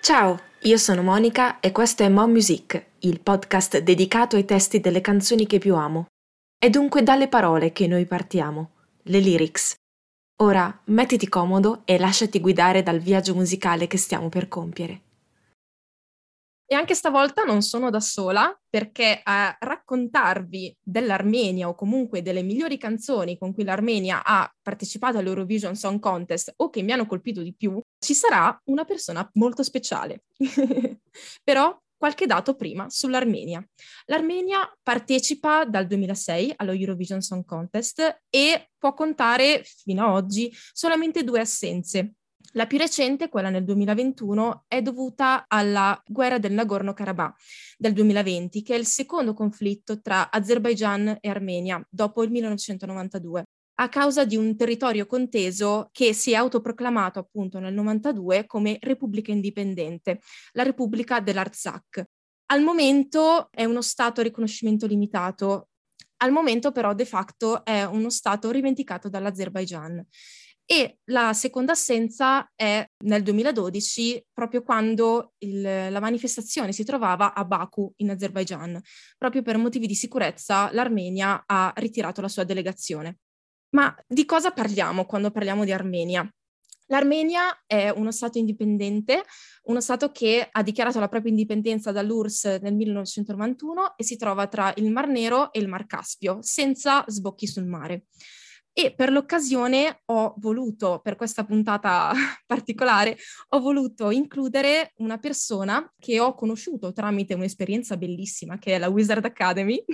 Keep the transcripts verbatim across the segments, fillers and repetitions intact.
Ciao, io sono Monica e questo è Mo Music, il podcast dedicato ai testi delle canzoni che più amo. È dunque dalle parole che noi partiamo, le lyrics. Ora mettiti comodo e lasciati guidare dal viaggio musicale che stiamo per compiere. E anche stavolta non sono da sola, perché a raccontarvi dell'Armenia o comunque delle migliori canzoni con cui l'Armenia ha partecipato all'Eurovision Song Contest o che mi hanno colpito di più, ci sarà una persona molto speciale. Però qualche dato prima sull'Armenia. L'Armenia partecipa dal duemilasei allo Eurovision Song Contest e può contare fino ad oggi solamente due assenze. La più recente, quella nel duemilaventuno, è dovuta alla guerra del Nagorno-Karabakh del duemilaventi, che è il secondo conflitto tra Azerbaigian e Armenia dopo il millenovecentonovantadue, a causa di un territorio conteso che si è autoproclamato appunto nel novantadue come Repubblica Indipendente, la Repubblica dell'Artsakh. Al momento è uno stato a riconoscimento limitato, al momento però de facto è uno stato rivendicato dall'Azerbaigian. E la seconda assenza è nel duemiladodici, proprio quando il, la manifestazione si trovava a Baku, in Azerbaigian. Proprio per motivi di sicurezza l'Armenia ha ritirato la sua delegazione. Ma di cosa parliamo quando parliamo di Armenia? L'Armenia è uno stato indipendente, uno stato che ha dichiarato la propria indipendenza dall'U R S S nel millenovecentonovantuno e si trova tra il Mar Nero e il Mar Caspio, senza sbocchi sul mare. E per l'occasione ho voluto, per questa puntata particolare, ho voluto includere una persona che ho conosciuto tramite un'esperienza bellissima, che è la Wizard Academy.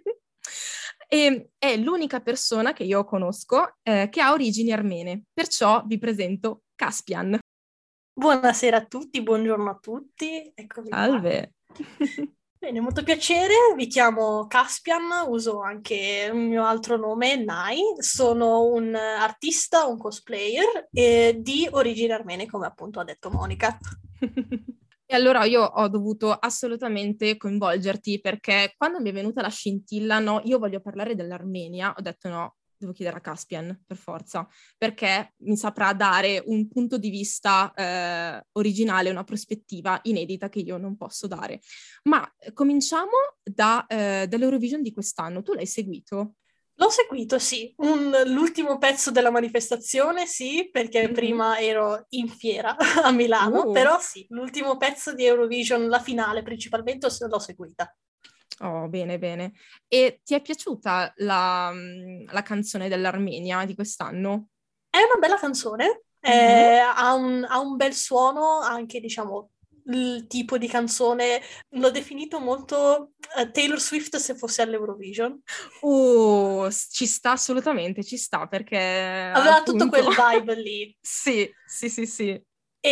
E è l'unica persona che io conosco eh, che ha origini armene. Perciò vi presento Caspian. Buonasera a tutti, buongiorno a tutti. Eccomi Salve. qua. Bene, molto piacere, mi chiamo Caspian, uso anche il mio altro nome, Nai, sono un artista, un cosplayer eh, di origini armene, come appunto ha detto Monica. E allora io ho dovuto assolutamente coinvolgerti perché quando mi è venuta la scintilla, no, io voglio parlare dell'Armenia, ho detto no, devo chiedere a Caspian per forza, perché mi saprà dare un punto di vista eh, originale, una prospettiva inedita che io non posso dare. Ma cominciamo da, eh, dall'Eurovision di quest'anno. Tu l'hai seguito? L'ho seguito, sì. Un, l'ultimo pezzo della manifestazione, sì, perché Mm-hmm. prima ero in fiera a Milano, Uh. però sì, l'ultimo pezzo di Eurovision, la finale principalmente, l'ho seguita. Oh, bene, bene. E ti è piaciuta la, la canzone dell'Armenia di quest'anno? È una bella canzone, Mm-hmm. eh, ha, un, ha un bel suono, anche diciamo il tipo di canzone, l'ho definito molto uh, Taylor Swift se fosse all'Eurovision. Uh, ci sta assolutamente, ci sta perché Aveva appunto... tutto quel vibe lì. Sì, sì, sì, sì.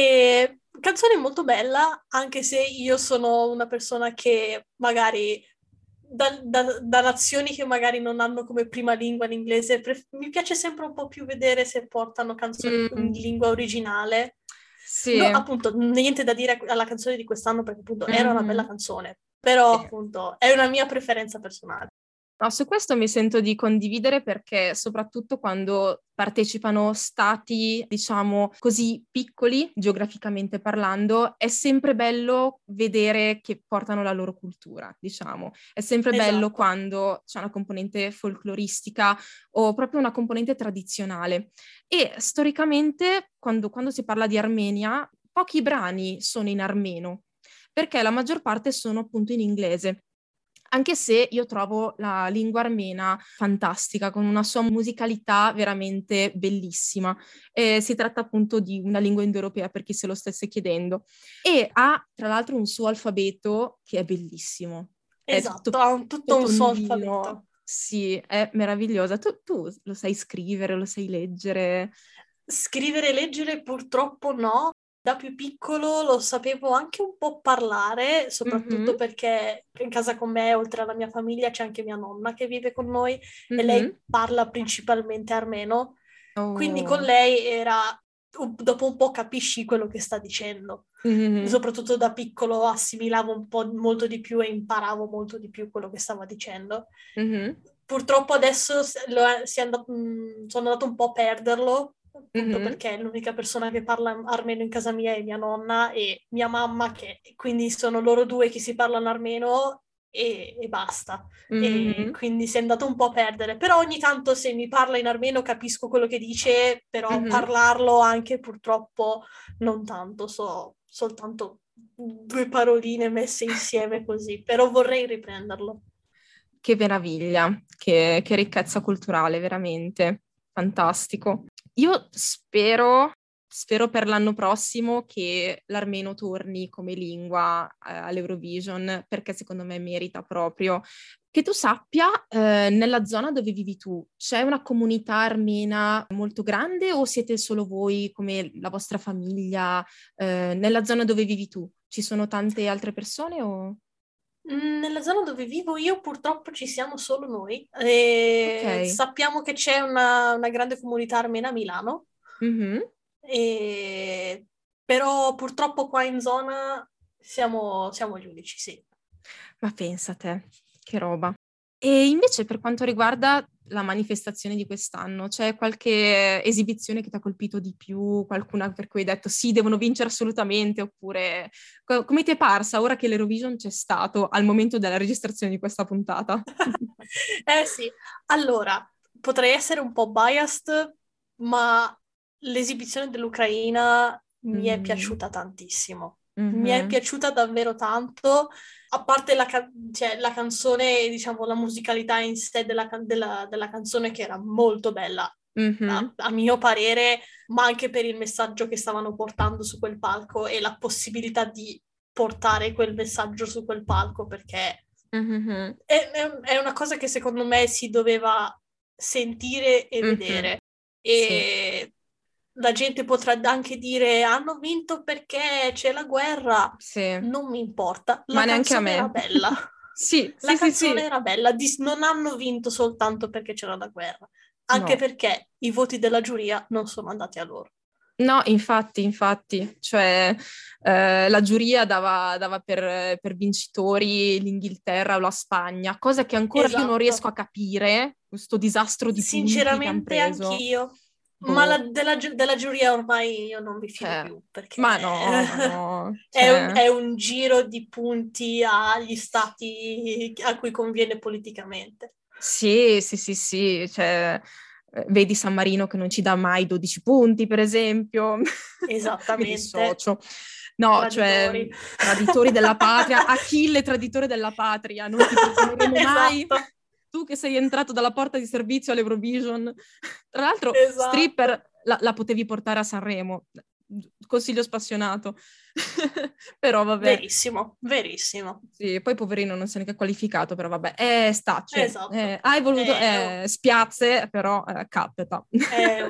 E canzone molto bella, anche se io sono una persona che magari da, da, da nazioni che magari non hanno come prima lingua l'inglese, pref- mi piace sempre un po' più vedere se portano canzoni Mm. in lingua originale. Sì. No, appunto, niente da dire alla canzone di quest'anno perché appunto Mm-hmm. era una bella canzone, però Sì. appunto è una mia preferenza personale. No, su questo mi sento di condividere perché soprattutto quando partecipano stati, diciamo, così piccoli, geograficamente parlando, è sempre bello vedere che portano la loro cultura, diciamo. È sempre Esatto. bello quando c'è una componente folcloristica o proprio una componente tradizionale. E storicamente, quando, quando si parla di Armenia, pochi brani sono in armeno, perché la maggior parte sono appunto in inglese. Anche se io trovo la lingua armena fantastica, con una sua musicalità veramente bellissima. Eh, si tratta appunto di una lingua indoeuropea, per chi se lo stesse chiedendo. E ha, tra l'altro, un suo alfabeto che è bellissimo. Esatto, è tutto, ha un, tutto un suo alfabeto. Sì, è meravigliosa. Tu, tu lo sai scrivere, lo sai leggere? Scrivere e leggere purtroppo no. Da più piccolo lo sapevo anche un po' parlare, soprattutto Mm-hmm. perché in casa con me, oltre alla mia famiglia, c'è anche mia nonna che vive con noi Mm-hmm. e lei parla principalmente armeno. Oh. Quindi con lei era, dopo un po' capisci quello che sta dicendo. Mm-hmm. Soprattutto da piccolo assimilavo un po' molto di più e imparavo molto di più quello che stava dicendo. Mm-hmm. Purtroppo adesso lo è, si è andato, mh, sono andato un po' a perderlo, appunto Mhm. perché l'unica persona che parla armeno in casa mia è mia nonna e mia mamma, che quindi sono loro due che si parlano armeno e, e basta. E Mhm. quindi si è andato un po' a perdere. Però ogni tanto se mi parla in armeno capisco quello che dice, però Mhm. parlarlo anche purtroppo non tanto, so soltanto due paroline messe insieme così, però vorrei riprenderlo. Che meraviglia, che, che ricchezza culturale, veramente fantastico. Io spero, spero per l'anno prossimo che l'armeno torni come lingua eh, all'Eurovision, perché secondo me merita proprio. Che tu sappia, eh, nella zona dove vivi tu, c'è una comunità armena molto grande o siete solo voi, come la vostra famiglia, eh, nella zona dove vivi tu? Ci sono tante altre persone o... Mm, Nella zona dove vivo io purtroppo ci siamo solo noi. E Ok. sappiamo che c'è una, una grande comunità armena a Milano, Mhm. e... però purtroppo qua in zona siamo, siamo gli unici, sì. Ma pensa te, che roba. E invece per quanto riguarda la manifestazione di quest'anno, c'è qualche esibizione che ti ha colpito di più, qualcuna per cui hai detto sì, devono vincere assolutamente, oppure co- come ti è parsa ora che l'Eurovision c'è stato al momento della registrazione di questa puntata? Eh sì, allora, potrei essere un po' biased, ma l'esibizione dell'Ucraina mi è Mm, piaciuta tantissimo. Mi è mhm, piaciuta davvero tanto, a parte la, ca- cioè, la canzone, diciamo, la musicalità in sé della, can- della- della canzone che era molto bella, a, mhm, a mio parere, ma anche per il messaggio che stavano portando su quel palco e la possibilità di portare quel messaggio su quel palco, perché mhm, è, è- è una cosa che secondo me si doveva sentire e mhm. vedere. Sì, E la gente potrà anche dire hanno vinto perché c'è la guerra. sì, Non mi importa, la ma neanche a canzone era me. bella. Sì, La sì, sì, canzone sì. era bella, dis- non hanno vinto soltanto perché c'era la guerra, anche No. perché i voti della giuria non sono andati a loro. No, infatti, infatti, cioè eh, la giuria dava, dava per, per vincitori l'Inghilterra o la Spagna, cosa che ancora io non riesco Esatto. a capire, questo disastro di punti che hanno Sinceramente preso. anch'io, ma la- Boh, della, gi- della giuria ormai io non mi fido cioè, più, perché ma no, ma no, è un, cioè, è un giro di punti agli stati a cui conviene politicamente. sì, sì, sì, sì, cioè, eh, vedi San Marino che non ci dà mai dodici punti, per esempio, mi Esattamente, dissocio. No, cioè, traditori. traditori della patria, Achille, traditore della patria, non ti perdoneremo mai. Esatto, Tu che sei entrato dalla porta di servizio all'Eurovision. Tra l'altro, esatto. Stripper la, la potevi portare a Sanremo, consiglio spassionato. Però vabbè. Verissimo, verissimo. Sì, poi poverino non si è neanche qualificato, però vabbè, eh, stacce. Eh, Esatto. hai voluto, È, eh, spiazze, però eh, capita. è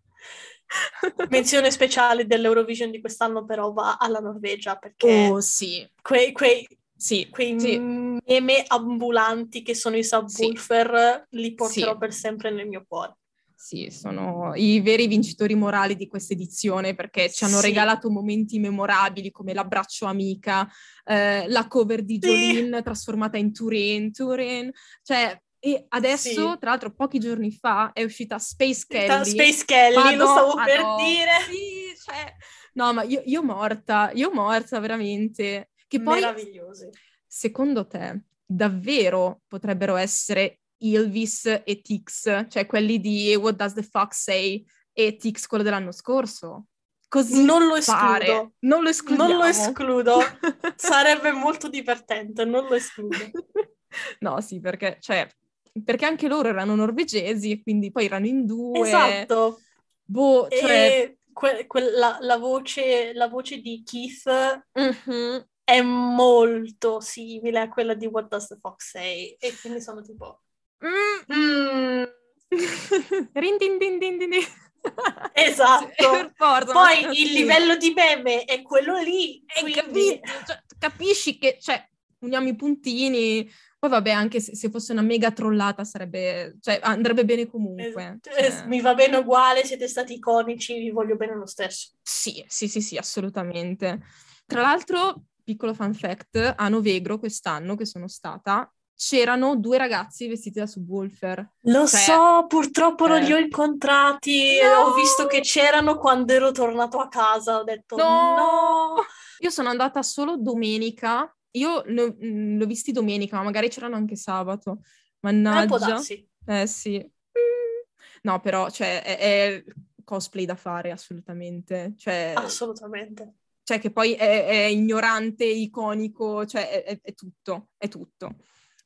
menzione speciale dell'Eurovision di quest'anno però va alla Norvegia, perché Oh, sì, quei, quei, sì, quei sì, meme ambulanti che sono i sì, subwoofer li porterò sì, per sempre nel mio cuore. sì, sono i veri vincitori morali di questa edizione perché ci hanno Sì, regalato momenti memorabili come l'abbraccio amica, eh, la cover di sì, Jolene trasformata in Turin, Turin, cioè, e adesso, sì. tra l'altro, pochi giorni fa è uscita Space Ta- Kelly. Space Kelly, lo Madò, stavo per madò, dire. sì, cioè, no, ma io, io morta, io morta veramente. Che poi, Meravigliosi. secondo te, davvero potrebbero essere Ylvis e Tix, cioè quelli di What Does the Fox Say e Tix, quello dell'anno scorso? Così Non lo pare, escludo, non lo non lo escludiamo. escludo. Sarebbe molto divertente, non lo escludo. No, sì, perché, cioè, perché anche loro erano norvegesi e quindi poi erano in due. Esatto. Boh, cioè... E que- que- la, la voce, la voce di Keith mhm. è molto simile a quella di What Does the Fox Say? E quindi sono tipo... Mm. "Mm, Rin din din din din din. Sì, per esatto. forza, ma, Poi ma il sì. livello di meme è quello lì, Hai quindi... capito? Cioè, capisci che, cioè, uniamo i puntini. Poi vabbè, anche se, se fosse una mega trollata sarebbe, cioè, andrebbe bene es- comunque. es- Cioè, mi va bene uguale, siete stati iconici, vi voglio bene lo stesso. sì, sì, sì, sì, assolutamente. Tra l'altro, piccolo fun fact, a Novegro quest'anno che sono stata, c'erano due ragazzi vestiti da subwoofer. Lo Cioè, so, purtroppo non eh, li ho incontrati. no! Ho visto che c'erano quando ero tornato a casa. Ho detto No! no. Io sono andata solo domenica. Io l'ho, mh, l'ho visti domenica, ma magari c'erano anche sabato. Eh, può Mannaggia. darsi. Eh sì. Mm. No, però, cioè, è, è cosplay da fare, assolutamente. Cioè, Assolutamente. cioè che poi è, è ignorante, iconico, cioè è, è- è tutto, è tutto.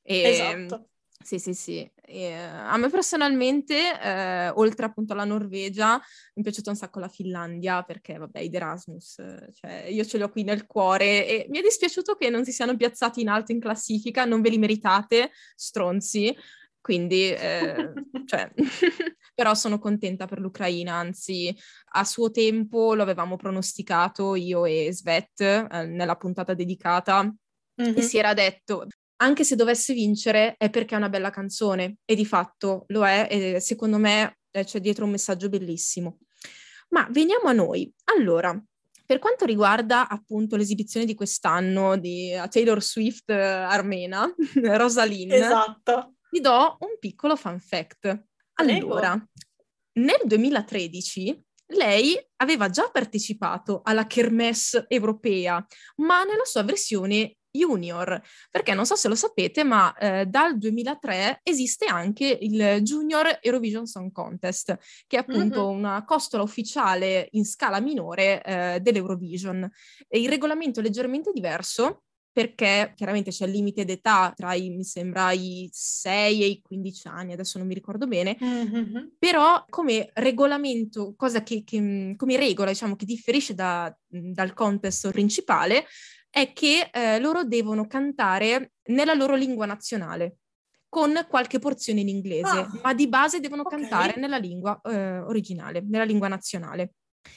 E, Esatto. sì, sì, sì. E, a me personalmente, eh, oltre appunto alla Norvegia, mi è piaciuta un sacco la Finlandia, perché vabbè, id Erasmus, eh, cioè io ce l'ho qui nel cuore e mi è dispiaciuto che non si siano piazzati in alto in classifica, non ve li meritate, stronzi. Quindi, eh, cioè, però sono contenta per l'Ucraina, anzi, a suo tempo lo avevamo pronosticato io e Svet eh, nella puntata dedicata e Mhm. si era detto, anche se dovesse vincere è perché è una bella canzone e di fatto lo è e secondo me eh, c'è dietro un messaggio bellissimo. Ma veniamo a noi. Allora, per quanto riguarda appunto l'esibizione di quest'anno di uh, Taylor Swift uh, armena, Rosalind, Esatto. ti do un piccolo fun fact. Allora, Prego. nel duemilatredici lei aveva già partecipato alla Kermesse europea, ma nella sua versione junior, perché non so se lo sapete, ma eh, dal duemilatré esiste anche il Junior Eurovision Song Contest, che è appunto Mhm. una costola ufficiale in scala minore eh, dell'Eurovision. E il regolamento è leggermente diverso, perché chiaramente c'è il limite d'età tra i, mi sembra, i sei e i quindici anni, adesso non mi ricordo bene, Mhm. però come regolamento, cosa che, che come regola, diciamo, che differisce da, dal contest principale, è che eh, loro devono cantare nella loro lingua nazionale, con qualche porzione in inglese, Ah, ma di base devono ok. cantare nella lingua eh, originale, nella lingua nazionale.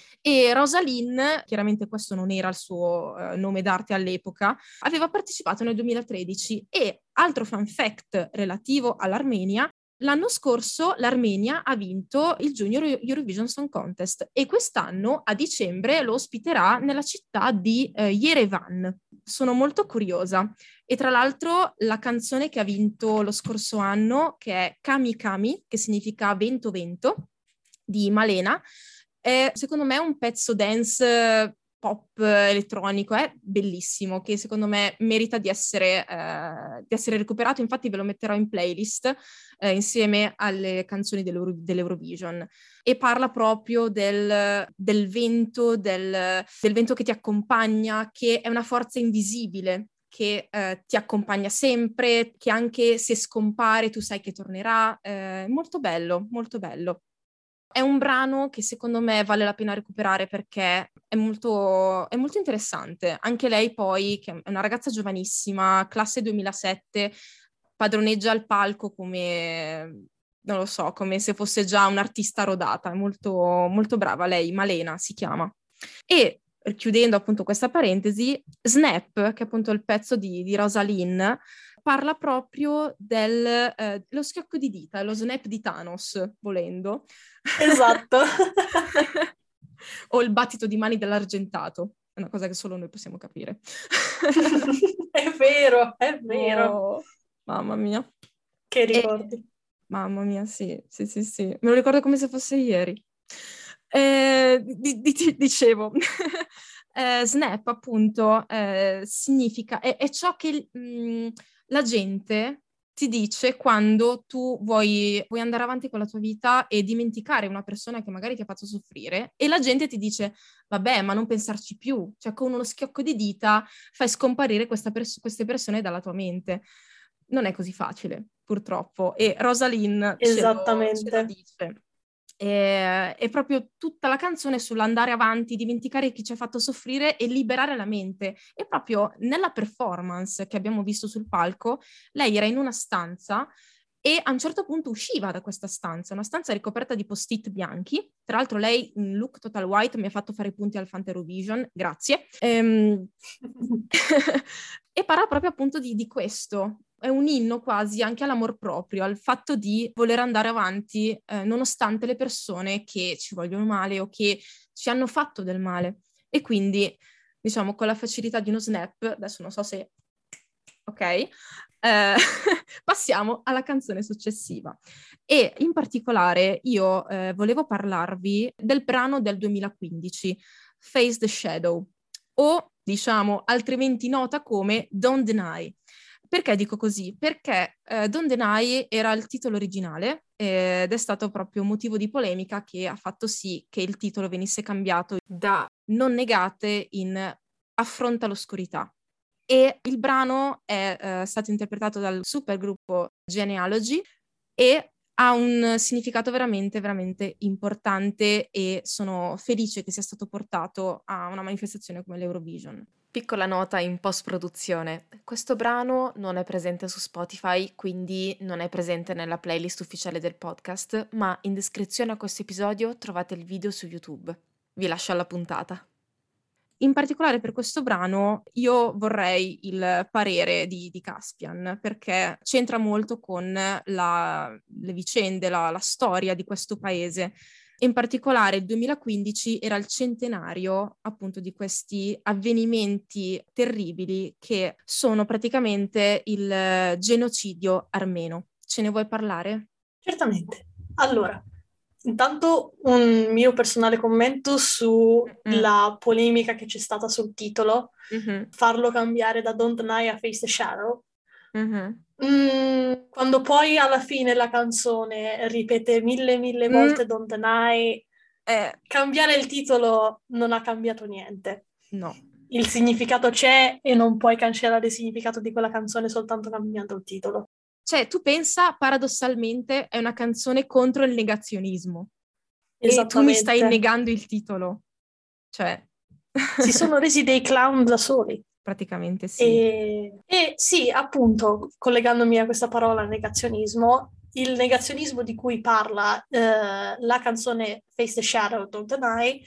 E Rosalind, chiaramente questo non era il suo eh, nome d'arte all'epoca, aveva partecipato nel duemilatredici e altro fun fact relativo all'Armenia, l'anno scorso l'Armenia ha vinto il Junior Eurovision Song Contest e quest'anno a dicembre lo ospiterà nella città di eh, Yerevan. Sono molto curiosa e tra l'altro la canzone che ha vinto lo scorso anno, che è Kami Kami, che significa vento vento, di Malena, è secondo me un pezzo dance pop elettronico, è bellissimo, che secondo me merita di essere, eh, di essere recuperato, infatti ve lo metterò in playlist eh, insieme alle canzoni dell'Euro- dell'Eurovision e parla proprio del, del vento, del, del vento che ti accompagna, che è una forza invisibile che eh, ti accompagna sempre, che anche se scompare tu sai che tornerà, eh, molto bello, molto bello. È un brano che secondo me vale la pena recuperare perché è molto, è molto interessante. Anche lei poi, che è una ragazza giovanissima, classe duemilasette, padroneggia il palco come, non lo so, come se fosse già un'artista rodata. È molto, molto brava lei, Malena si chiama. E chiudendo appunto questa parentesi, Snap, che è appunto il pezzo di, di Rosalind, parla proprio dello eh, lo schiocco di dita, lo snap di Thanos, volendo. Esatto. O il battito di mani dell'argentato, è una cosa che solo noi possiamo capire. È vero, è vero. Oh, mamma mia. Che E, ricordi. mamma mia, sì, sì, sì, sì. Me lo ricordo come se fosse ieri. Eh, di- di- dicevo, eh, snap appunto eh, significa, è, è ciò che mh, la gente ti dice quando tu vuoi, vuoi andare avanti con la tua vita e dimenticare una persona che magari ti ha fatto soffrire e la gente ti dice, vabbè, ma non pensarci più, cioè con uno schiocco di dita fai scomparire questa pers- queste persone dalla tua mente. Non è così facile, purtroppo, e Rosalind ce lo, ce lo Esattamente. dice. E, è proprio tutta la canzone sull'andare avanti, dimenticare chi ci ha fatto soffrire e liberare la mente. E proprio nella performance che abbiamo visto sul palco, lei era in una stanza e a un certo punto usciva da questa stanza, una stanza ricoperta di post-it bianchi. Tra l'altro lei in look total white mi ha fatto fare i punti al Fante Eurovision, grazie. Ehm... e parla proprio appunto di, di questo. È un inno quasi anche all'amor proprio, al fatto di voler andare avanti eh, nonostante le persone che ci vogliono male o che ci hanno fatto del male. E quindi, diciamo, con la facilità di uno snap, adesso non so se... Ok? Eh, passiamo alla canzone successiva e in particolare io eh, volevo parlarvi del brano del duemilaquindici, Face the Shadow, o diciamo altrimenti nota come Don't Deny. Perché dico così? Perché eh, Don't Deny era il titolo originale eh, ed è stato proprio motivo di polemica che ha fatto sì che il titolo venisse cambiato da Non negate in Affronta l'oscurità. E il brano è eh, stato interpretato dal supergruppo Genealogy e ha un significato veramente, veramente importante e sono felice che sia stato portato a una manifestazione come l'Eurovision. Piccola nota in post-produzione. Questo brano non è presente su Spotify, quindi non è presente nella playlist ufficiale del podcast, ma in descrizione a questo episodio trovate il video su YouTube. Vi lascio alla puntata. In particolare per questo brano io vorrei il parere di, di Caspian, perché c'entra molto con la, le vicende, la, la storia di questo paese. In particolare il duemilaquindici era il centenario appunto di questi avvenimenti terribili che sono praticamente il genocidio armeno. Ce ne vuoi parlare? Certamente. Allora, intanto un mio personale commento sulla polemica che c'è stata sul titolo, Mm-hmm. farlo cambiare da Don't Deny a Face the Shadow. Mm-hmm. Mm, quando poi alla fine la canzone ripete mille mille Mm. volte Don't Deny, Eh, cambiare il titolo non ha cambiato niente. no. Il significato c'è e non puoi cancellare il significato di quella canzone soltanto cambiando il titolo. Cioè, tu pensa, paradossalmente, è una canzone contro il negazionismo. E tu mi stai negando il titolo. Cioè... Si sono resi dei clown da soli. Praticamente sì. E, e sì, appunto, collegandomi a questa parola negazionismo, il negazionismo di cui parla eh, la canzone Face the Shadow, Don't Deny,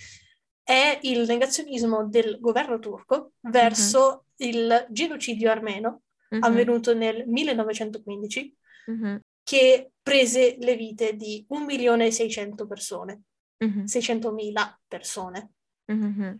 è il negazionismo del governo turco verso mm-hmm. il genocidio armeno mm-hmm. avvenuto nel millenovecentoquindici, mm-hmm. che prese le vite di un milione e seicento persone, mm-hmm. seicentomila persone. Mm-hmm.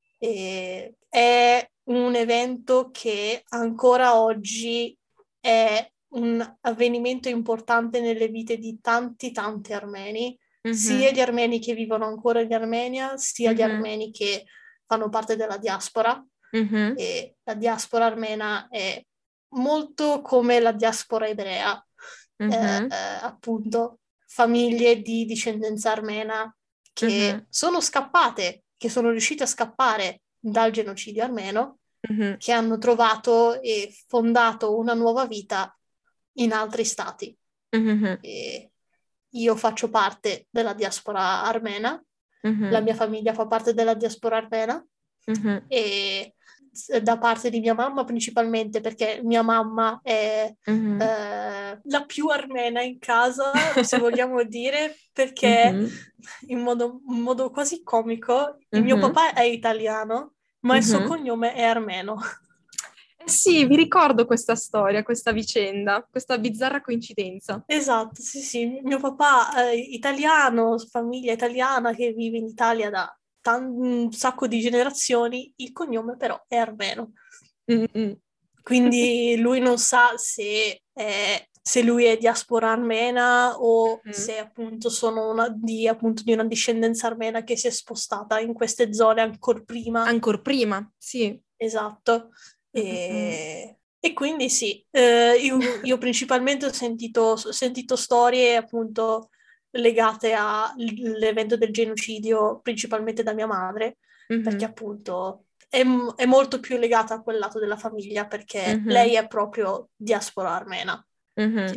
E è un evento che ancora oggi è un avvenimento importante nelle vite di tanti tanti armeni, mm-hmm. sia gli armeni che vivono ancora in Armenia, sia mm-hmm. gli armeni che fanno parte della diaspora. Mm-hmm. E la diaspora armena è molto come la diaspora ebrea, mm-hmm. eh, eh, appunto famiglie di discendenza armena che mm-hmm. sono scappate, che sono riuscite a scappare dal genocidio armeno, mm-hmm. che hanno trovato e fondato una nuova vita in altri stati. Mm-hmm. E io faccio parte della diaspora armena, mm-hmm. la mia famiglia fa parte della diaspora armena, mm-hmm. e da parte di mia mamma principalmente, perché mia mamma è mm-hmm. eh, la più armena in casa, se vogliamo dire, perché mm-hmm. in, modo, in modo quasi comico il mm-hmm. mio papà è italiano, ma mm-hmm. il suo cognome è armeno. Eh sì, mi ricordo questa storia, questa vicenda, questa bizzarra coincidenza. Esatto, sì, sì. Mio papà è italiano, famiglia italiana che vive in Italia da un sacco di generazioni, il cognome però è armeno. Mm-hmm. Quindi lui non sa se, è, se lui è diaspora armena o mm-hmm. se appunto sono una, di, appunto, di una discendenza armena che si è spostata in queste zone ancora prima. Ancora prima, sì. Esatto. E, mm-hmm. e quindi sì, eh, io, io principalmente ho sentito, ho sentito storie appunto legate all'evento del genocidio, principalmente da mia madre, mm-hmm. perché appunto è, è molto più legata a quel lato della famiglia, perché mm-hmm. lei è proprio diaspora armena, mm-hmm.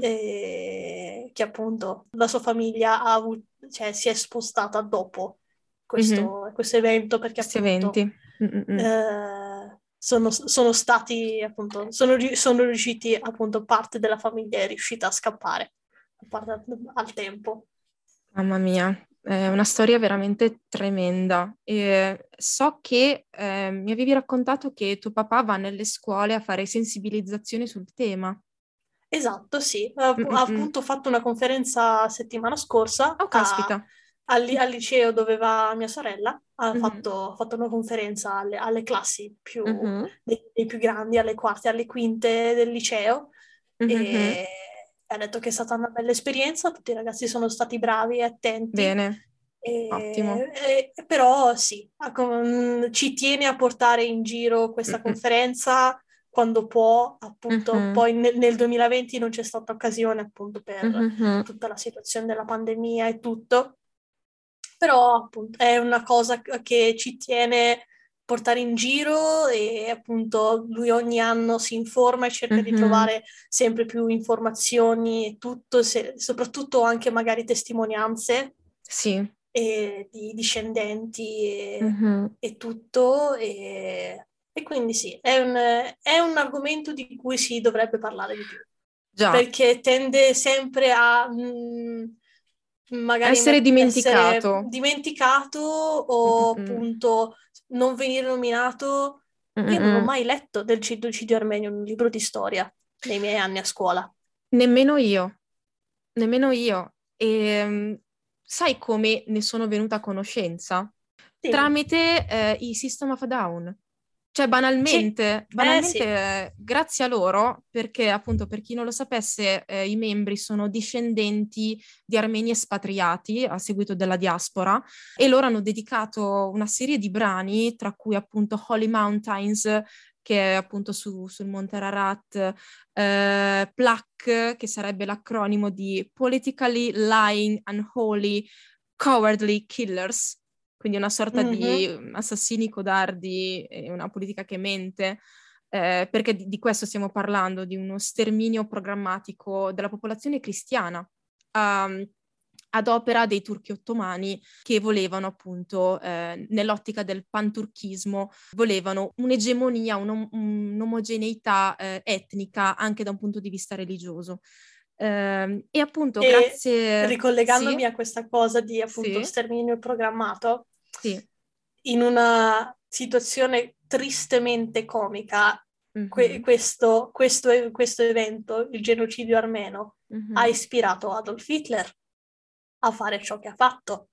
e, che appunto la sua famiglia ha avuto, cioè, si è spostata dopo questo, mm-hmm. questo evento, perché questi appunto eventi mm-hmm. eh, sono, sono stati appunto, sono, sono riusciti appunto, parte della famiglia è riuscita a scappare al tempo. Mamma mia, è una storia veramente tremenda. E so che eh, mi avevi raccontato che tuo papà va nelle scuole a fare sensibilizzazione sul tema. Esatto, sì. Ha Mm-mm. appunto fatto una conferenza settimana scorsa oh, caspita. A, al, al liceo dove va mia sorella. Ha mm-hmm. fatto, fatto una conferenza alle, alle classi più, mm-hmm. dei, dei più grandi, alle quarte, alle quinte del liceo. Mhm. e ha detto che è stata una bella esperienza, tutti i ragazzi sono stati bravi e attenti. Bene, E- ottimo. e- però sì, ha com- ci tiene a portare in giro questa Mm-mm. conferenza quando può, appunto. Mhm. Poi nel, nel duemilaventi non c'è stata occasione, appunto, per Mhm. tutta la situazione della pandemia e tutto, però appunto è una cosa che ci tiene a portare in giro, e appunto lui ogni anno si informa e cerca di Mhm. trovare sempre più informazioni e tutto, se- soprattutto anche magari testimonianze Sì. e di discendenti e, Mhm. e tutto. E, e quindi sì, è un, è un argomento di cui si dovrebbe parlare di più, Già, perché tende sempre a mh, magari essere met- essere dimenticato. dimenticato o Mm-mm. appunto non venire nominato. Io non ho Mm-mm. mai letto del genocidio armenio, un libro di storia, nei miei anni a scuola. Nemmeno io, nemmeno io. E mm, sai come ne sono venuta a conoscenza? Dimmi. Tramite eh, i System of a Down. Cioè, Sì, banalmente, eh banalmente sì. eh, grazie a loro, perché appunto per chi non lo sapesse, eh, i membri sono discendenti di armeni espatriati a seguito della diaspora, e loro hanno dedicato una serie di brani, tra cui appunto Holy Mountains, che è appunto su- sul Monte Ararat, eh, P L A C, che sarebbe l'acronimo di Politically Lying Unholy Cowardly Killers, quindi una sorta di Mhm. assassini codardi e una politica che mente, eh, perché di, di questo stiamo parlando, di uno sterminio programmatico della popolazione cristiana, um, ad opera dei turchi ottomani, che volevano appunto, eh, nell'ottica del panturchismo, volevano un'egemonia, un- un'omogeneità eh, etnica anche da un punto di vista religioso. Ehm, e appunto E grazie... Sì, ricollegandomi a questa cosa di appunto sì, sterminio programmato, sì. in una situazione tristemente comica, que- Mhm, questo, questo, questo evento, il genocidio armeno, ha mhm. ispirato Adolf Hitler a fare ciò che ha fatto,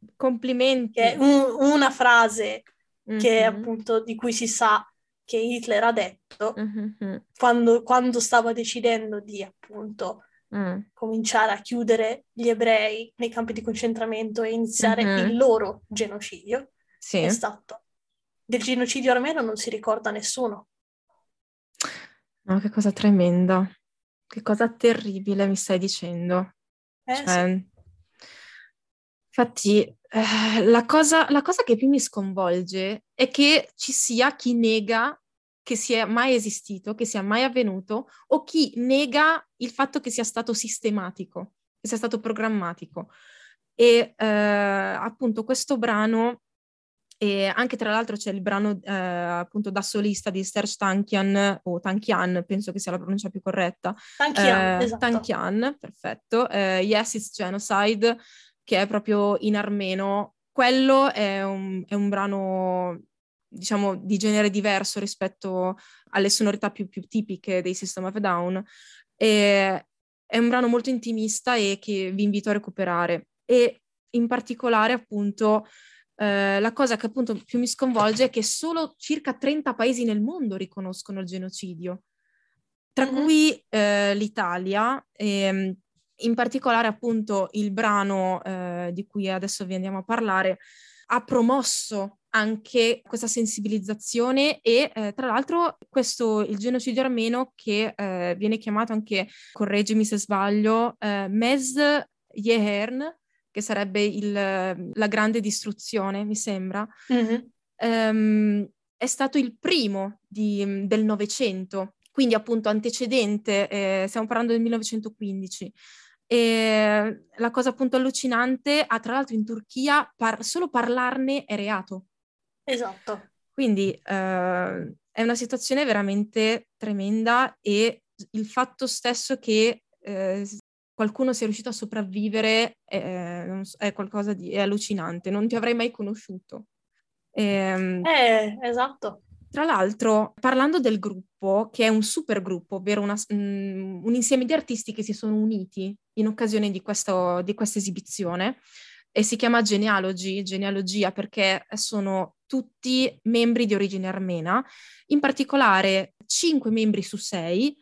che è Complimenti. un- una frase che Mhm, appunto di cui si sa che Hitler ha detto mhm, quando, quando stava decidendo di appunto mm, cominciare a chiudere gli ebrei nei campi di concentramento e iniziare il mhm. loro genocidio. È Sì. stato. Del genocidio armeno non si ricorda nessuno. No, che cosa tremenda. Che cosa terribile mi stai dicendo. Eh sì. Cioè, infatti, eh, la cosa, la cosa che più mi sconvolge è che ci sia chi nega che sia mai esistito, che sia mai avvenuto, o chi nega il fatto che sia stato sistematico, che sia stato programmatico. E eh, appunto questo brano, e anche tra l'altro c'è il brano eh, appunto da solista di Serj Tankian, o Tankian, penso che sia la pronuncia più corretta, Tankian, eh, esatto. Tankian, perfetto, eh, Yes, it's Genocide, che è proprio in armeno. Quello è un, è un brano, diciamo, di genere diverso rispetto alle sonorità più, più tipiche dei System of a Down. E è un brano molto intimista e che vi invito a recuperare. E in particolare, appunto, eh, la cosa che appunto più mi sconvolge è che solo circa trenta paesi nel mondo riconoscono il genocidio, tra Mhm. cui eh, l'Italia. E, in particolare appunto il brano eh, di cui adesso vi andiamo a parlare ha promosso anche questa sensibilizzazione e eh, tra l'altro questo, il genocidio armeno, che eh, viene chiamato anche, correggimi se sbaglio, eh, Mez Yehern, che sarebbe il, la grande distruzione, mi sembra, Mhm. ehm, è stato il primo di- del Novecento, quindi appunto antecedente, eh, stiamo parlando del millenovecentoquindici. E la cosa appunto allucinante, ah, tra l'altro in Turchia par- solo parlarne è reato. Esatto. Quindi eh, è una situazione veramente tremenda, e il fatto stesso che eh, qualcuno sia riuscito a sopravvivere è, non so, è qualcosa di è allucinante, non ti avrei mai conosciuto. Ehm, Eh, esatto. Tra l'altro, parlando del gruppo, che è un super gruppo, ovvero una- mm, un insieme di artisti che si sono uniti in occasione di questo- di questa esibizione, e si chiama Genealogy, genealogia, perché sono tutti membri di origine armena, in particolare cinque membri su sei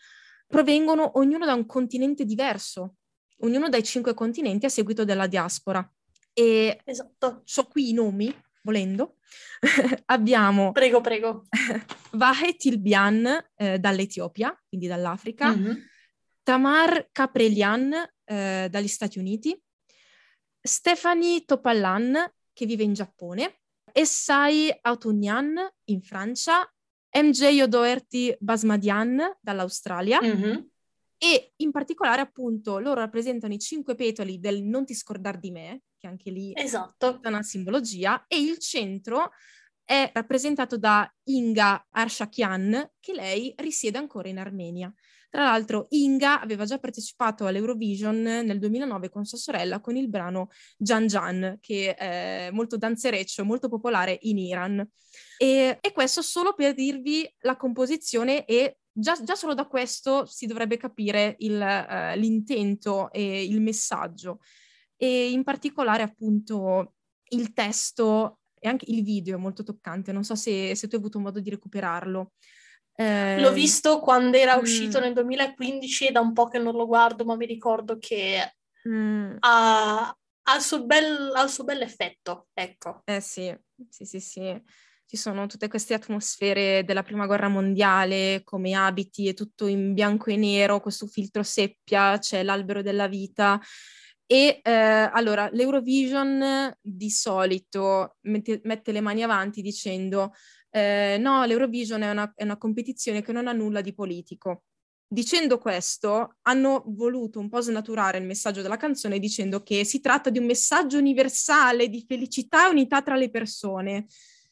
provengono ognuno da un continente diverso, ognuno dai cinque continenti a seguito della diaspora. E esatto. so qui i nomi, volendo. Abbiamo prego, prego. Vahe Tilbian eh, dall'Etiopia, quindi dall'Africa, Mm-hmm. Tamar Kaprelian eh, dagli Stati Uniti, Stephanie Topallan che vive in Giappone, Essai Autunyan in Francia, M J O'Doherty Basmadian dall'Australia, Mm-hmm. e in particolare appunto loro rappresentano i cinque petali del Non ti scordar di me, che anche lì esatto. è una simbologia, e il centro è rappresentato da Inga Arshakian, che lei risiede ancora in Armenia. Tra l'altro Inga aveva già partecipato all'Eurovision nel duemilanove con sua sorella con il brano Jan Jan, che è molto danzereccio, molto popolare in Iran. E, e questo solo per dirvi la composizione, e già, già solo da questo si dovrebbe capire il, uh, l'intento e il messaggio. E in particolare appunto il testo e anche il video è molto toccante. Non so se, se tu hai avuto modo di recuperarlo. Eh, L'ho visto quando era mm, uscito nel duemilaquindici, e da un po' che non lo guardo, ma mi ricordo che mm, ha, ha il suo bel, ha il suo bel effetto, ecco. Eh sì, sì, sì, sì. Ci sono tutte queste atmosfere della Prima Guerra Mondiale, come abiti, è tutto in bianco e nero, questo filtro seppia, c'è l'albero della vita. E eh, allora, l'Eurovision di solito mette, mette le mani avanti dicendo eh, no, l'Eurovision è una, è una competizione che non ha nulla di politico. Dicendo questo, hanno voluto un po' snaturare il messaggio della canzone dicendo che si tratta di un messaggio universale di felicità e unità tra le persone.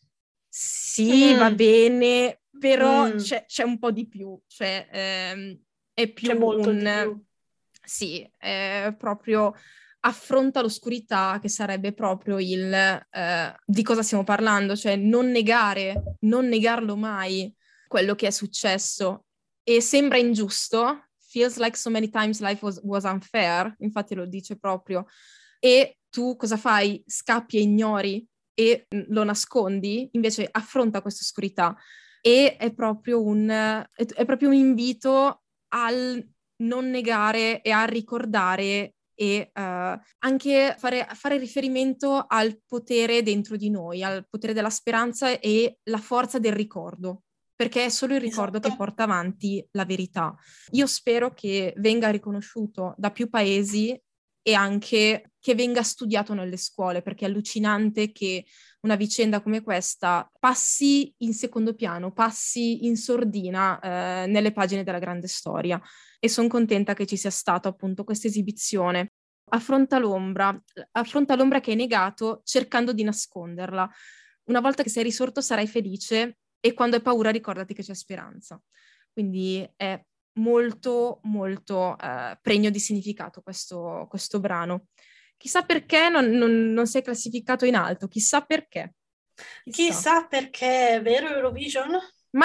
Sì, Mm. va bene, però Mm. c'è, c'è un po' di più, cioè ehm, è più C'è molto un... di più. Sì, è proprio affronta l'oscurità, che sarebbe proprio il eh, di cosa stiamo parlando, cioè non negare, non negarlo mai quello che è successo. E sembra ingiusto, feels like so many times life was, was unfair, infatti lo dice proprio, e tu cosa fai? Scappi e ignori e lo nascondi, invece affronta questa oscurità, e è proprio un, è, è proprio un invito al non negare e a ricordare e uh, anche fare, fare riferimento al potere dentro di noi, al potere della speranza e la forza del ricordo, perché è solo il ricordo Esatto. che porta avanti la verità. Io spero che venga riconosciuto da più paesi e anche che venga studiato nelle scuole, perché è allucinante che una vicenda come questa passi in secondo piano, passi in sordina eh, nelle pagine della grande storia. E sono contenta che ci sia stata appunto questa esibizione. Affronta l'ombra, affronta l'ombra che hai negato cercando di nasconderla. Una volta che sei risorto sarai felice, e quando hai paura ricordati che c'è speranza. Quindi è molto molto eh, pregno di significato questo, questo brano. Chissà perché non, non, non si è classificato in alto, chissà perché. Chissà, chissà perché, è vero Eurovision? Ma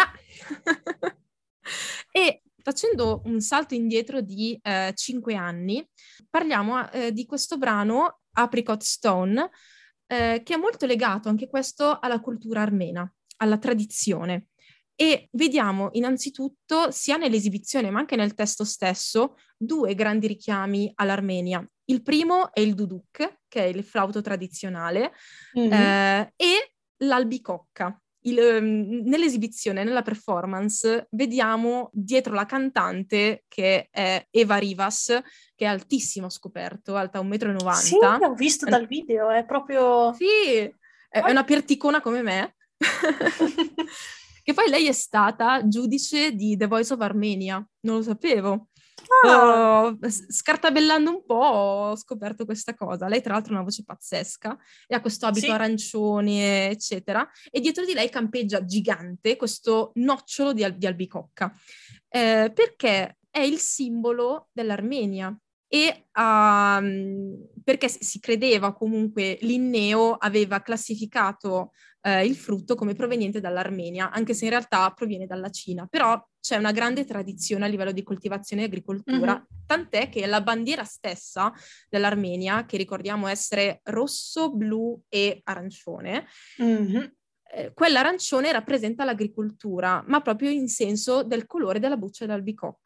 e facendo un salto indietro di eh, cinque anni, parliamo eh, di questo brano Apricot Stone, eh, che è molto legato anche questo alla cultura armena, alla tradizione. E vediamo innanzitutto, sia nell'esibizione ma anche nel testo stesso, due grandi richiami all'Armenia. Il primo è il duduk, che è il flauto tradizionale, mm-hmm. eh, e l'albicocca. Il, um, nell'esibizione, nella performance, vediamo dietro la cantante, che è Eva Rivas, che è altissima, ho scoperto, alta un metro e novanta. Sì, l'ho visto dal video, è proprio... Sì, è, è una perticona come me. Che poi lei è stata giudice di The Voice of Armenia, non lo sapevo. Ah. Oh, scartabellando un po' ho scoperto questa cosa. Lei tra l'altro ha una voce pazzesca e ha questo abito sì. arancione, eccetera, e dietro di lei campeggia gigante questo nocciolo di, al- di albicocca, eh, perché è il simbolo dell'Armenia. E um, perché si credeva comunque Linneo aveva classificato eh, il frutto come proveniente dall'Armenia, anche se in realtà proviene dalla Cina, però c'è una grande tradizione a livello di coltivazione e agricoltura, mm-hmm. tant'è che la bandiera stessa dell'Armenia, che ricordiamo essere rosso, blu e arancione, mm-hmm. eh, quell'arancione rappresenta l'agricoltura, ma proprio in senso del colore della buccia dell'albicocca.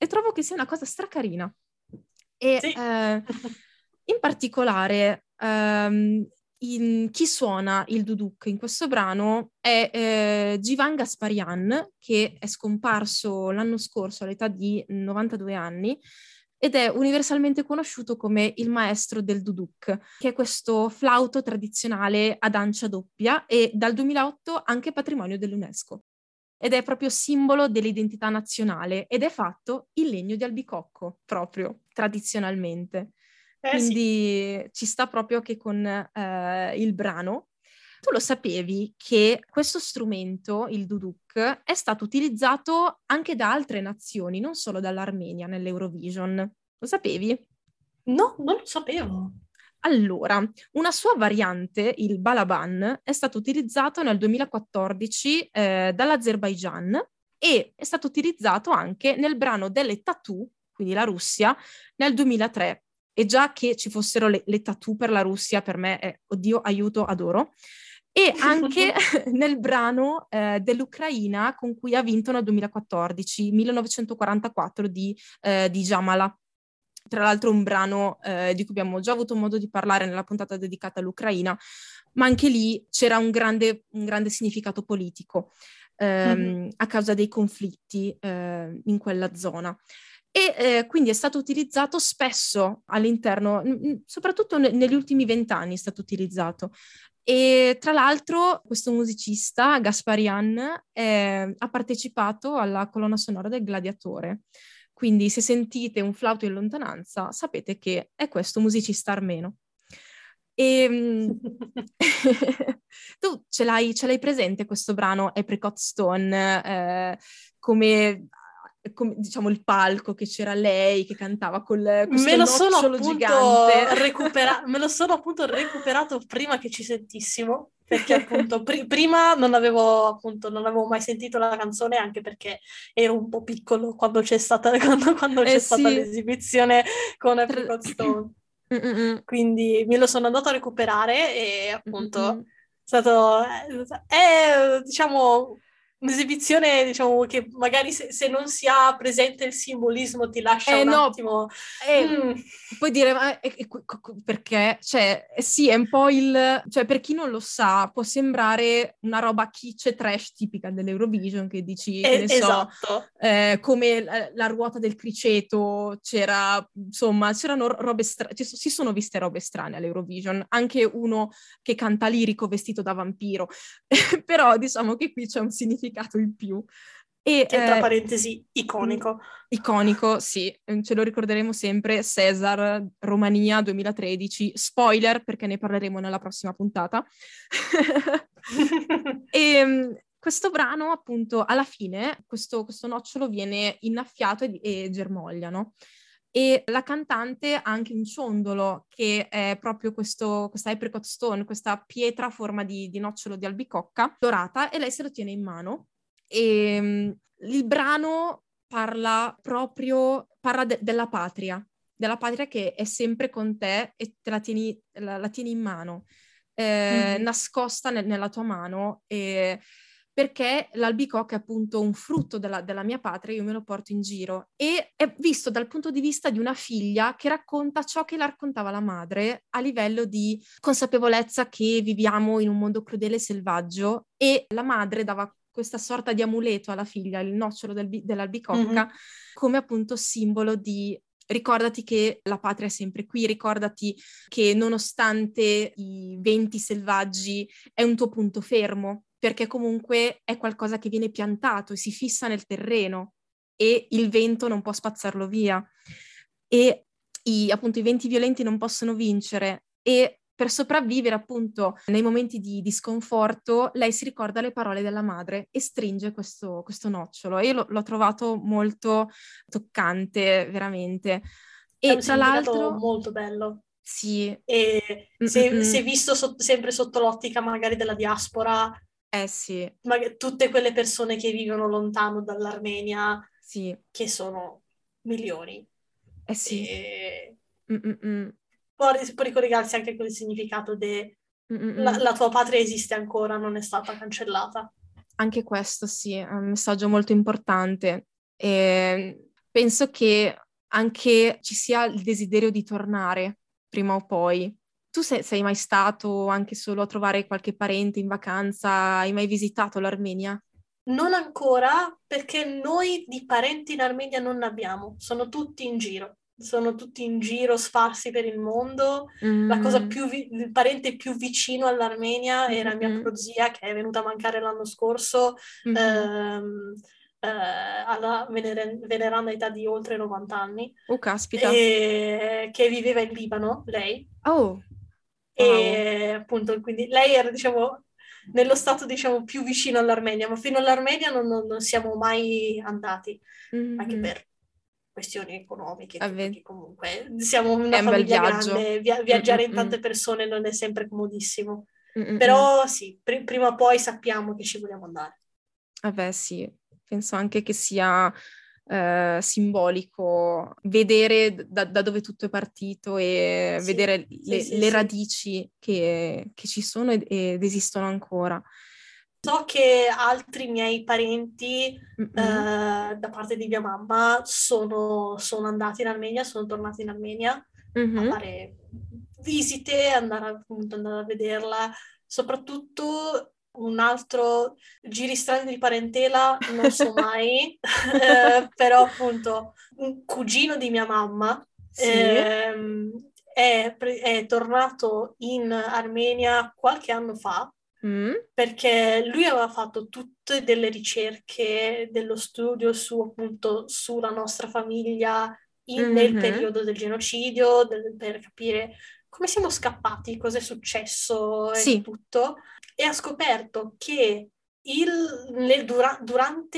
e trovo che sia una cosa stracarina. E Sì. eh, in particolare ehm, in, chi suona il duduk in questo brano è eh, Jivan Gasparian, che è scomparso l'anno scorso all'età di novantadue anni, ed è universalmente conosciuto come il maestro del duduk, che è questo flauto tradizionale ad ancia doppia e dal duemilaotto anche patrimonio dell'UNESCO. Ed è proprio simbolo dell'identità nazionale ed è fatto in legno di albicocco, proprio, tradizionalmente. Eh, Quindi sì. ci sta proprio che con eh, il brano. Tu lo sapevi che questo strumento, il duduk, è stato utilizzato anche da altre nazioni, non solo dall'Armenia nell'Eurovision? Lo sapevi? No, non lo sapevo. Allora, una sua variante, il balaban, è stato utilizzato nel duemilaquattordici eh, dall'Azerbaigian e è stato utilizzato anche nel brano delle Tattoo, quindi la Russia, nel duemilatré. E già che ci fossero le, le tattoo per la Russia, per me è, oddio, aiuto, adoro. E anche nel brano eh, dell'Ucraina con cui ha vinto nel duemilaquattordici, millenovecentoquarantaquattro di, eh, di Jamala. Tra l'altro un brano eh, di cui abbiamo già avuto modo di parlare nella puntata dedicata all'Ucraina, ma anche lì c'era un grande, un grande significato politico ehm, mm-hmm. a causa dei conflitti eh, in quella zona. E eh, quindi è stato utilizzato spesso all'interno, n- soprattutto ne- negli ultimi vent'anni è stato utilizzato. E tra l'altro questo musicista, Gasparian, eh, ha partecipato alla colonna sonora del Gladiatore. Quindi se sentite un flauto in lontananza, sapete che è questo musicista armeno. E, tu ce l'hai, ce l'hai presente questo brano Apricot Stone, eh, come, come diciamo il palco che c'era lei che cantava col questo me lo sono nocciolo appunto gigante. recupera- me lo sono appunto recuperato prima che ci sentissimo, perché appunto pr- prima non avevo appunto non avevo mai sentito la canzone, anche perché ero un po' piccolo quando c'è stata, quando, quando Eh c'è sì. stata l'esibizione con Apricot Stone. Mm-mm. Quindi me lo sono andato a recuperare e appunto Mm-mm. è stato è, diciamo un'esibizione, diciamo, che magari se, se non si ha presente il simbolismo ti lascia Eh un no, attimo eh, mm. puoi dire, ma eh, eh, perché? Cioè, eh, sì, è un po' il... Cioè, per chi non lo sa, può sembrare una roba kitsch e trash tipica dell'Eurovision, che dici, che Eh, ne so, esatto. eh, come la, la ruota del criceto, c'era, insomma, c'erano robe strane, si sono viste robe strane all'Eurovision, anche uno che canta lirico vestito da vampiro, però diciamo che qui c'è un significato in più. E, Che tra eh, parentesi, iconico. Iconico, sì, ce lo ricorderemo sempre, César, Romania duemilatredici, spoiler perché ne parleremo nella prossima puntata. E questo brano, appunto, alla fine, questo, questo nocciolo viene innaffiato e, e germoglia, no? E la cantante ha anche un ciondolo che è proprio questo, questa apricot stone, questa pietra a forma di, di nocciolo di albicocca dorata, e lei se lo tiene in mano. E um, il brano parla proprio, parla de- della patria, della patria che è sempre con te e te la tieni, la, la tieni in mano, eh, mm-hmm. nascosta ne- nella tua mano, e perché l'albicocca è appunto un frutto della, della mia patria, io me lo porto in giro, e è visto dal punto di vista di una figlia che racconta ciò che la raccontava la madre a livello di consapevolezza che viviamo in un mondo crudele e selvaggio, e la madre dava questa sorta di amuleto alla figlia, il nocciolo del, dell'albicocca, mm-hmm. come appunto simbolo di ricordati che la patria è sempre qui, ricordati che nonostante i venti selvaggi è un tuo punto fermo, perché comunque è qualcosa che viene piantato e si fissa nel terreno e il vento non può spazzarlo via. E i, appunto i venti violenti non possono vincere, e per sopravvivere appunto nei momenti di, di sconforto lei si ricorda le parole della madre e stringe questo, questo nocciolo, e io lo, l'ho trovato molto toccante, veramente. E è un tra significato l'altro molto bello. Sì. E se, se visto so, sempre sotto l'ottica magari della diaspora, eh sì, magari, tutte quelle persone che vivono lontano dall'Armenia, sì, che sono milioni, eh sì. e... Mm-mm. Può, può ricollegarsi anche con il significato de la, la tua patria esiste ancora, non è stata cancellata. Anche questo sì, è un messaggio molto importante. E penso che anche ci sia il desiderio di tornare prima o poi. Tu sei, sei mai stato anche solo a trovare qualche parente in vacanza? Hai mai visitato l'Armenia? Non ancora, perché noi di parenti in Armenia non ne abbiamo, sono tutti in giro, sono tutti in giro sparsi per il mondo. La cosa Mm, più vi- il parente più vicino all'Armenia era mia mhm, prozia, che è venuta a mancare l'anno scorso, mhm. ehm, eh, alla venere- veneranda età di oltre novanta anni, Oh, caspita. e che viveva in Libano, lei. Oh, wow. E appunto, quindi lei era, diciamo, nello stato, diciamo, più vicino all'Armenia, ma fino all'Armenia non, non- non siamo mai andati, anche Mhm. per questioni economiche, e tutto, Vabbè, che comunque siamo è una un bel famiglia viaggio. grande, via- Mm, mm, viaggiare in mm. tante persone non è sempre comodissimo. Mm, mm, mm. Però sì, pri- prima o poi sappiamo che ci vogliamo andare. Vabbè, sì, penso anche che sia eh, simbolico vedere da, da dove tutto è partito e Sì, vedere sì, le, sì, le sì. radici che, che ci sono ed, ed esistono ancora. So che altri miei parenti, eh, Mm-mm. da parte di mia mamma, sono, sono andati in Armenia, sono tornati in Armenia a Mhm. fare visite, andare, appunto, andare a vederla. Soprattutto un altro giri strani di parentela, non so mai, eh, però appunto un cugino di mia mamma Sì. ehm, è, pre- è tornato in Armenia qualche anno fa Mm. perché lui aveva fatto tutte delle ricerche dello studio su appunto sulla nostra famiglia in- nel Mhm. periodo del genocidio, del- per capire come siamo scappati, cosa è successo e Sì. tutto, e ha scoperto che il- nel dura- durante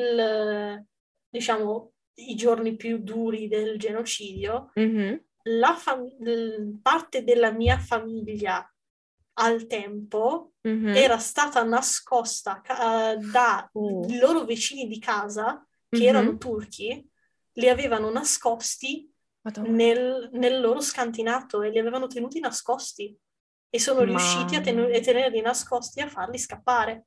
il, diciamo, i giorni più duri del genocidio, Mhm. la fam- l- parte della mia famiglia al tempo Mhm. era stata nascosta ca- dai Oh. loro vicini di casa, che erano Mhm. turchi, li avevano nascosti Madonna. nel, nel loro scantinato e li avevano tenuti nascosti e sono riusciti a, tenu- a Ma... tenerli nascosti e a farli scappare.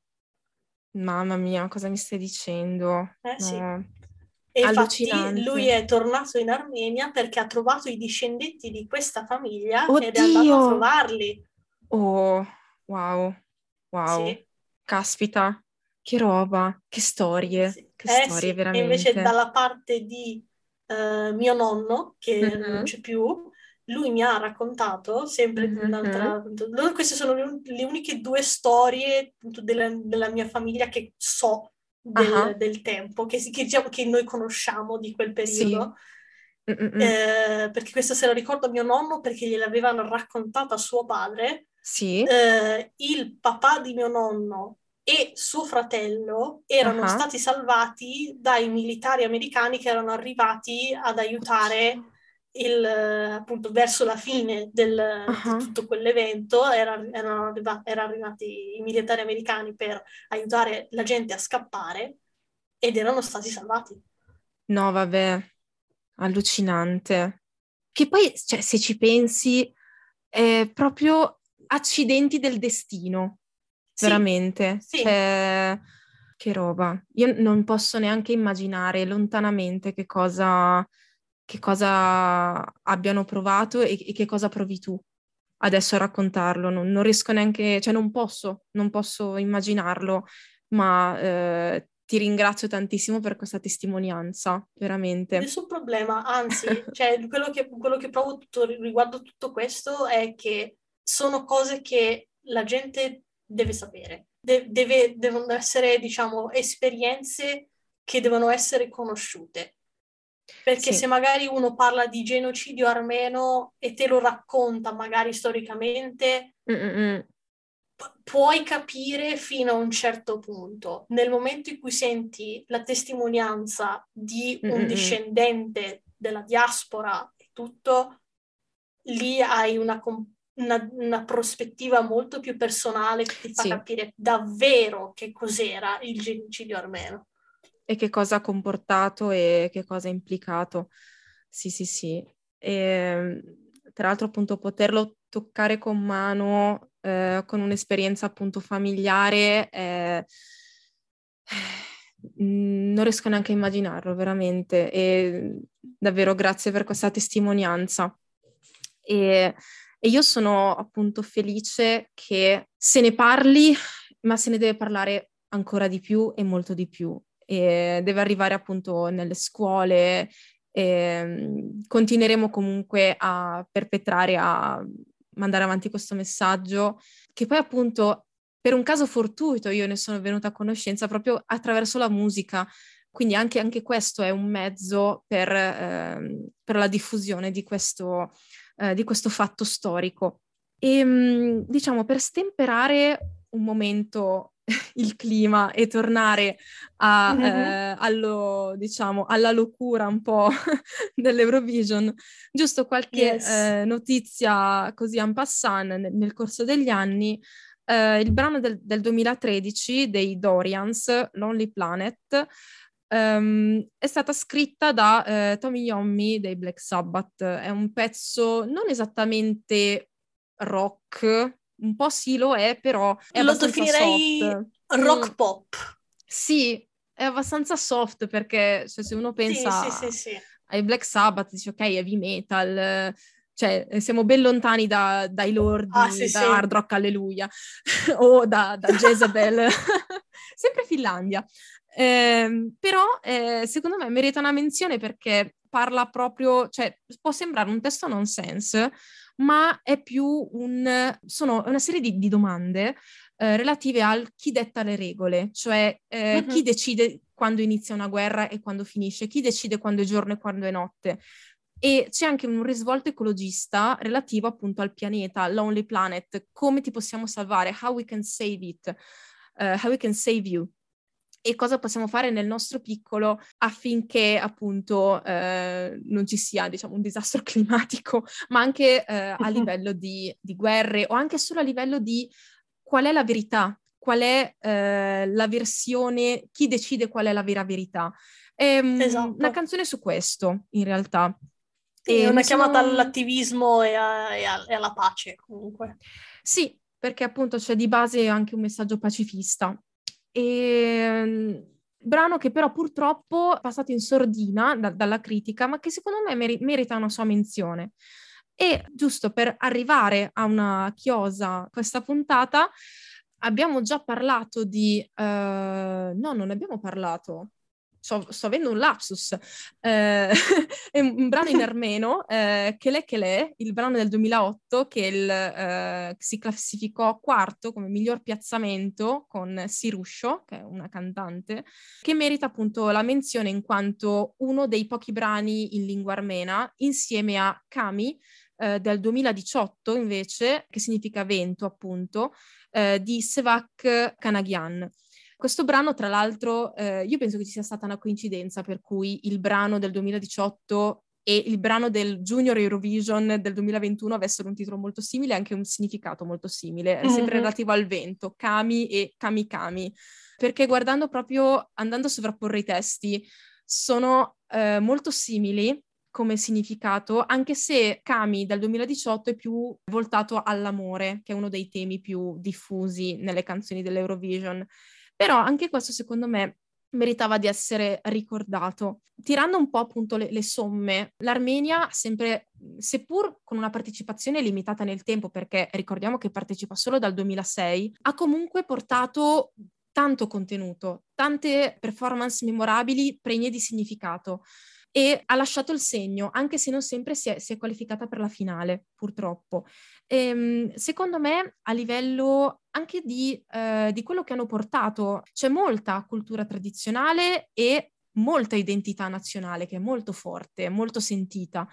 Mamma mia, cosa mi stai dicendo? Eh sì. No. E infatti lui Allucinante. è tornato in Armenia perché ha trovato i discendenti di questa famiglia ed è andato a Oddio! trovarli. Oh, wow, wow. Sì. Caspita, che roba, che storie, Sì. che Eh storie sì, e invece veramente. dalla parte di eh, mio nonno, che non Mhm, c'è più, lui mi ha raccontato sempre di mhm. un'altra... appunto, loro- queste sono le, un- le uniche due storie appunto, della, della mia famiglia che so del, Ah, del tempo, che, si- che diciamo che noi conosciamo di quel sì. periodo. Mm, mm, mm. Eh, perché questo se lo ricordo mio nonno perché gliel'avevano raccontata suo padre. Sì. Eh, il papà di mio nonno e suo fratello erano Ah. stati salvati dai militari americani che erano arrivati ad Oddio. aiutare il, eh, appunto verso la fine del- di Ah. tutto quell'evento. Era- erano arriva- erano arrivati i militari americani per aiutare la gente a scappare ed erano stati salvati. No, vabbè, allucinante. Che poi, cioè, se ci pensi, è proprio accidenti del destino, Sì, veramente. sì. Cioè, che roba. Io non posso neanche immaginare lontanamente che cosa, che cosa abbiano provato e, e che cosa provi tu adesso a raccontarlo. Non, non riesco neanche, cioè non posso, non posso immaginarlo, ma eh, ti ringrazio tantissimo per questa testimonianza, veramente. Nessun problema, anzi, cioè, quello che, quello che provo tutto, riguardo tutto questo è che sono cose che la gente deve sapere. De- deve- devono essere, diciamo, esperienze che devono essere conosciute. Perché se Sì. magari uno parla di genocidio armeno e te lo racconta, magari storicamente, Mm-mm. pu- puoi capire fino a un certo punto. Nel momento in cui senti la testimonianza di un Mm-mm. discendente della diaspora e tutto, lì hai una, com- una- una prospettiva molto più personale che ti fa Sì. capire davvero che cos'era il genocidio armeno. E che cosa ha comportato e che cosa ha implicato. Sì, sì, sì. E, tra l'altro, appunto, poterlo toccare con mano, eh, con un'esperienza appunto familiare, è, mh, non riesco neanche a immaginarlo, veramente, e davvero grazie per questa testimonianza. E, e io sono appunto felice che se ne parli, ma se ne deve parlare ancora di più e molto di più, e deve arrivare appunto nelle scuole. E continueremo comunque a perpetrare, a mandare avanti questo messaggio, che poi appunto per un caso fortuito io ne sono venuta a conoscenza proprio attraverso la musica, quindi anche, anche questo è un mezzo per, ehm, per la diffusione di questo, eh, di questo fatto storico. E mh, diciamo, per stemperare un momento il clima e tornare a, Mm-hmm. eh, allo, diciamo, alla locura un po' dell'Eurovision, giusto qualche Yes. eh, notizia così en passant nel, nel corso degli anni. Eh, il brano del, del duemilatredici dei Dorians, Lonely Planet, ehm, è stata scritta da eh, Tommy Yomi dei Black Sabbath. È un pezzo non esattamente rock, un po' sì lo è, però è Lo abbastanza definirei soft. Mm, rock pop. sì, è abbastanza soft perché cioè, se uno Sì, sì, sì, pensa sì. ai Black Sabbath, dice ok, heavy metal, eh, cioè siamo ben lontani da, dai Ah, sì, lordi, da sì. Hard Rock Alleluia o da, da Jezebel, sempre Finlandia. Eh, però eh, secondo me merita una menzione perché parla proprio, cioè può sembrare un testo nonsense, ma è più un, sono una serie di, di domande eh, relative al chi detta le regole, cioè eh, Mm-hmm. chi decide quando inizia una guerra e quando finisce, chi decide quando è giorno e quando è notte. E c'è anche un risvolto ecologista relativo appunto al pianeta, Lonely Planet, come ti possiamo salvare, how we can save it, uh, how we can save you. E cosa possiamo fare nel nostro piccolo affinché appunto eh, non ci sia, diciamo, un disastro climatico, ma anche eh, a livello di, di guerre o anche solo a livello di qual è la verità, qual è eh, la versione, chi decide qual è la vera verità. È um, una Esatto. canzone su questo, in realtà. Sì, è E una mi chiamata sono... all'attivismo e, a- e a- e alla pace, comunque. Sì, perché appunto c'è di base anche un messaggio pacifista. E, um, brano che però purtroppo è passato in sordina da- dalla critica, ma che secondo me meri- merita una sua menzione. E giusto per arrivare a una chiosa questa puntata, abbiamo già parlato di... eh, no, non ne abbiamo parlato. Sto, sto avendo un lapsus. Eh, è un, un brano in armeno, eh, Kele Kele, il brano del duemilaotto, che il, eh, si classificò quarto come miglior piazzamento con Sirusho, che è una cantante, che merita appunto la menzione in quanto uno dei pochi brani in lingua armena, insieme a Kami, eh, del duemiladiciotto invece, che significa vento appunto, eh, di Sevak Kanagian. Questo brano, tra l'altro, eh, io penso che ci sia stata una coincidenza per cui il brano del duemiladiciotto e il brano del Junior Eurovision del duemilaventuno avessero un titolo molto simile e anche un significato molto simile, mm-hmm. sempre relativo al vento, Kami e Kami Kami, perché guardando proprio, andando a sovrapporre i testi, sono eh, molto simili come significato, anche se Kami dal duemiladiciotto è più voltato all'amore, che è uno dei temi più diffusi nelle canzoni dell'Eurovision. Però anche questo secondo me meritava di essere ricordato. Tirando un po' appunto le, le somme, l'Armenia sempre, seppur con una partecipazione limitata nel tempo, perché ricordiamo che partecipa solo dal duemilasei, ha comunque portato tanto contenuto, tante performance memorabili, pregne di significato. E ha lasciato il segno, anche se non sempre si è, si è qualificata per la finale, purtroppo. E, secondo me, a livello anche di, eh, di quello che hanno portato, c'è molta cultura tradizionale e molta identità nazionale che è molto forte, molto sentita,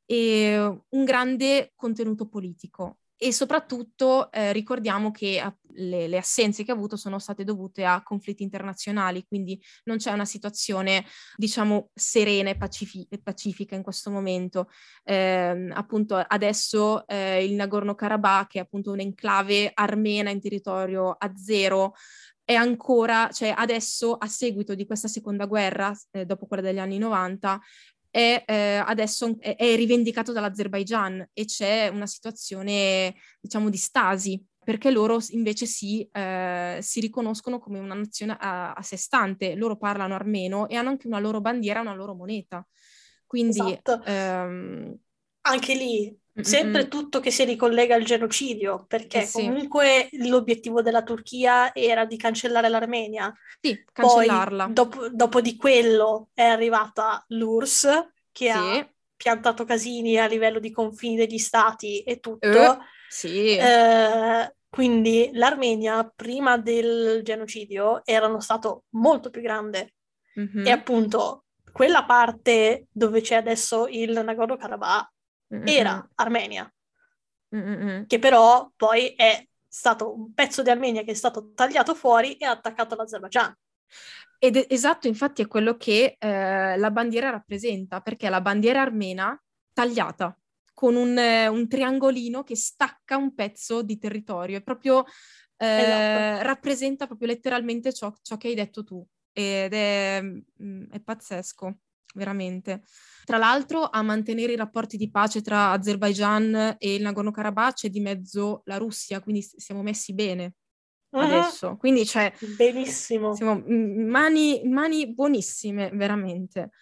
e un grande contenuto politico. E soprattutto eh, ricordiamo che a, le, le assenze che ha avuto sono state dovute a conflitti internazionali, quindi non c'è una situazione, diciamo, serena e pacifi- pacifica in questo momento. Eh, appunto adesso eh, il Nagorno-Karabakh, che è appunto un'enclave armena in territorio azero, è ancora, cioè adesso a seguito di questa seconda guerra, eh, dopo quella degli anni novanta, è eh, adesso è, è rivendicato dall'Azerbaigian e c'è una situazione, diciamo, di stasi perché loro invece si, eh, si riconoscono come una nazione a, a sé stante, loro parlano armeno e hanno anche una loro bandiera, una loro moneta. Quindi... Esatto. Ehm, Anche lì, sempre mm-mm. tutto che si ricollega al genocidio, perché Eh sì. comunque l'obiettivo della Turchia era di cancellare l'Armenia. Sì, Poi, cancellarla. dopo, dopo di quello, è arrivata l'U R S S, che Sì. ha piantato casini a livello di confini degli stati e Eh, tutto. sì. Eh, quindi l'Armenia, prima del genocidio, era uno stato molto più grande. Mm-hmm. E appunto, quella parte dove c'è adesso il Nagorno-Karabakh era Mm-mm. Armenia, Mm-mm. che però poi è stato un pezzo di Armenia che è stato tagliato fuori e attaccato all'Azerbaigian. Ed è, esatto, infatti è quello che eh, la bandiera rappresenta, perché è la bandiera armena tagliata, con un, eh, un triangolino che stacca un pezzo di territorio, è proprio, eh, Esatto. rappresenta proprio letteralmente ciò, ciò che hai detto tu, ed è, mm, è pazzesco, veramente. Tra l'altro, a mantenere i rapporti di pace tra Azerbaigian e il Nagorno-Karabakh c'è di mezzo la Russia, quindi siamo messi bene adesso. Uh-huh. Quindi c'è... Benissimo. Siamo mani, mani buonissime, veramente.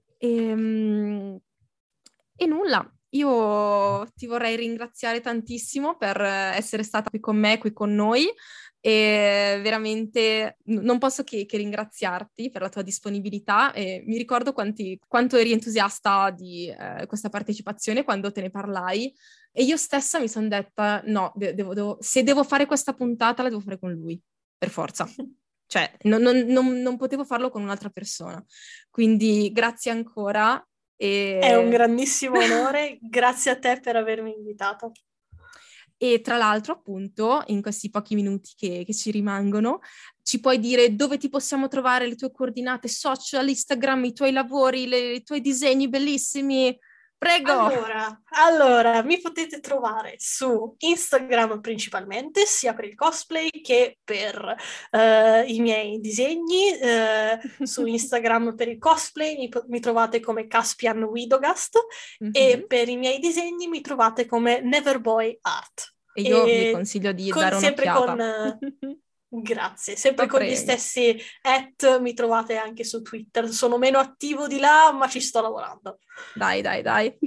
E, e nulla, io ti vorrei ringraziare tantissimo per essere stata qui con me, qui con noi, e veramente non posso che, che ringraziarti per la tua disponibilità e mi ricordo quanti, quanto eri entusiasta di eh, questa partecipazione quando te ne parlai e io stessa mi sono detta no, de- devo, devo, se devo fare questa puntata la devo fare con lui, per forza. Cioè, non, non, non, non potevo farlo con un'altra persona. Quindi grazie ancora. E... È un grandissimo onore, grazie a te per avermi invitato. E tra l'altro, appunto, in questi pochi minuti che, che ci rimangono, ci puoi dire dove ti possiamo trovare, le tue coordinate social, Instagram, i tuoi lavori, le, i tuoi disegni bellissimi. Prego! Allora, allora, mi potete trovare su Instagram principalmente, sia per il cosplay che per uh, i miei disegni. Uh, su Instagram per il cosplay mi, mi trovate come Caspian Widogast mm-hmm. e per i miei disegni mi trovate come Neverboy Art. E io e vi consiglio di con, dare sempre un'occhiata. con... Uh, Grazie, sempre Ma con prego. gli stessi at mi trovate anche su Twitter. Sono meno attivo di là, ma ci sto lavorando. Dai, dai, dai.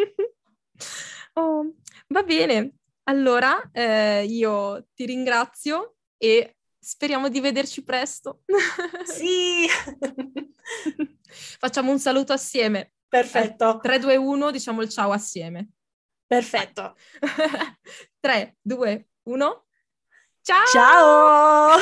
Oh, va bene. Allora, eh, io ti ringrazio e speriamo di vederci presto. Sì! Facciamo un saluto assieme. Perfetto. tre, due, uno, diciamo il ciao assieme. Perfetto. tre, due, uno. Ciao! Ciao!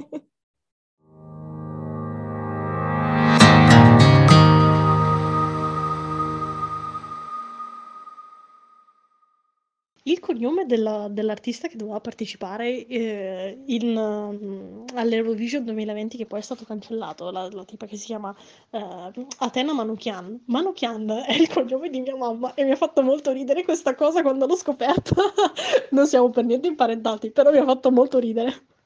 Il cognome della, dell'artista che doveva partecipare eh, in, um, all'Eurovision duemilaventi, che poi è stato cancellato, la, la tipa che si chiama uh, Atena Manoukian. Manoukian è il cognome di mia mamma e mi ha fatto molto ridere questa cosa quando l'ho scoperta. Non siamo per niente imparentati, però mi ha fatto molto ridere.